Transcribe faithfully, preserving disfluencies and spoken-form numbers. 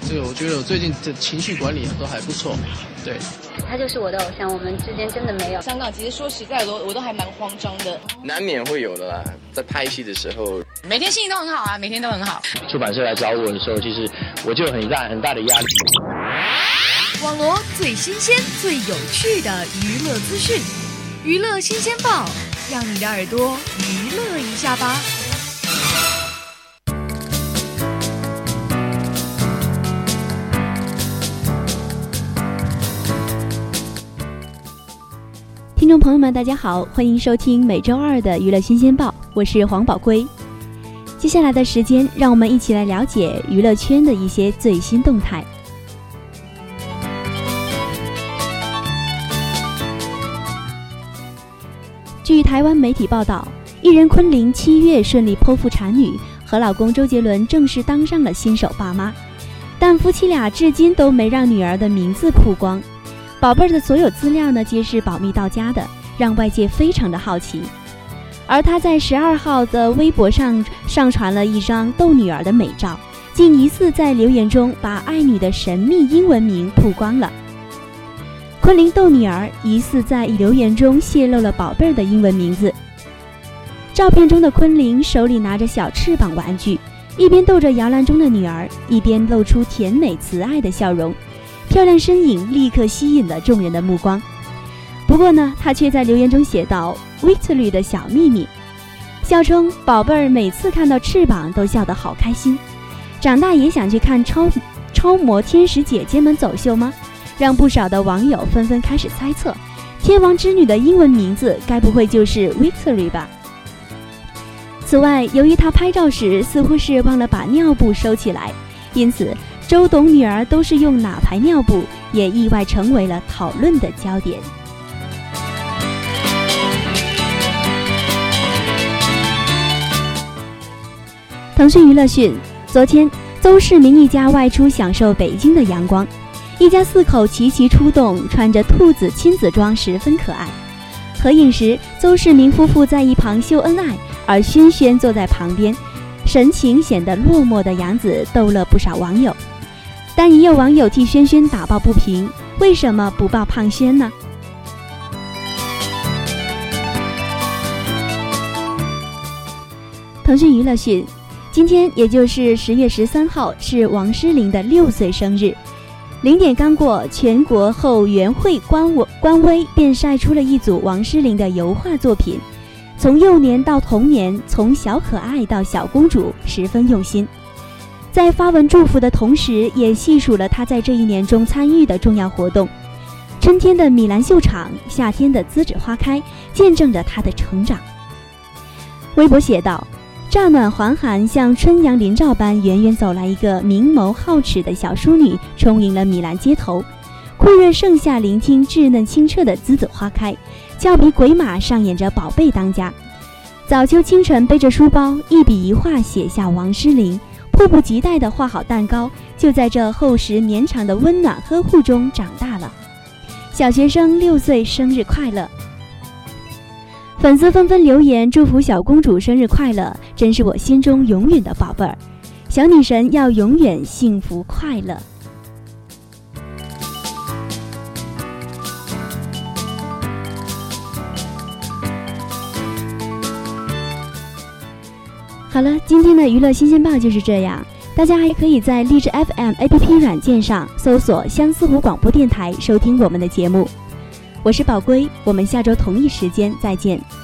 这个我觉得我最近的情绪管理都还不错，对。 他就是我的偶像，我们之间真的没有。 香港其实说实在的，我都还蛮慌张的， 难免会有的啦。在拍戏的时候， 每天心情都很好啊，每天都很好。 出版社来找我的时候，其实我就有很大很大的压力。 网罗最新鲜、最有趣的娱乐资讯，娱乐新鲜报，让你的耳朵娱乐一下吧。 听众朋友们大家好，欢迎收听每周二的娱乐新鲜报，我是黄宝圭。接下来的时间让我们一起来了解娱乐圈的一些最新动态。据台湾媒体报道，艺人昆凌七月顺利剖腹产女，和老公周杰伦正式当上了新手爸妈，但夫妻俩至今都没让女儿的名字曝光。宝贝儿的所有资料呢，皆是保密到家的，让外界非常的好奇。而他在十二号的微博上上传了一张逗女儿的美照，竟疑似在留言中把爱女的神秘英文名曝光了。昆凌逗女儿疑似在留言中泄露了宝贝儿的英文名字。照片中的昆凌手里拿着小翅膀玩具，一边逗着摇篮中的女儿，一边露出甜美慈爱的笑容。漂亮身影立刻吸引了众人的目光。不过呢，他却在留言中写道 Victory 的小秘密，笑称宝贝儿每次看到翅膀都笑得好开心，长大也想去看超超模天使姐姐们走秀吗？让不少的网友纷纷开始猜测，天王之女的英文名字该不会就是 Victory 吧？此外，由于他拍照时似乎是忘了把尿布收起来，因此周董女儿都是用哪牌尿布，也意外成为了讨论的焦点。腾讯娱乐讯，昨天邹市明一家外出享受北京的阳光，一家四口齐齐出动，穿着兔子亲子装，十分可爱。合影时，邹市明夫妇在一旁秀恩爱，而轩轩坐在旁边，神情显得落寞的样子逗乐不少网友。但也有网友替轩轩打抱不平，为什么不抱胖轩呢？腾讯娱乐讯，今天也就是十月十三号是王诗龄的六岁生日。零点刚过，全国后援会官官微便晒出了一组王诗龄的油画作品，从幼年到童年，从小可爱到小公主，十分用心。在发文祝福的同时，也细数了他在这一年中参与的重要活动。春天的米兰秀场，夏天的栀子花开，见证着他的成长。微博写道：乍暖还寒，像春阳林照般远远走来一个明眸皓齿的小淑女，充盈了米兰街头。酷热盛夏，聆听稚嫩清澈的栀子花开，俏皮鬼马上演着宝贝当家。早秋清晨，背着书包，一笔一画写下王诗龄，迫不及待地画好蛋糕，就在这厚实绵长的温暖呵护中长大了。小学生六岁生日快乐！粉丝纷纷留言祝福小公主生日快乐，真是我心中永远的宝贝儿，小女神要永远幸福快乐。好了，今天的娱乐新鲜报就是这样。大家还可以在荔枝 F M A P P 软件上搜索相思湖广播电台收听我们的节目。我是宝圭，我们下周同一时间再见。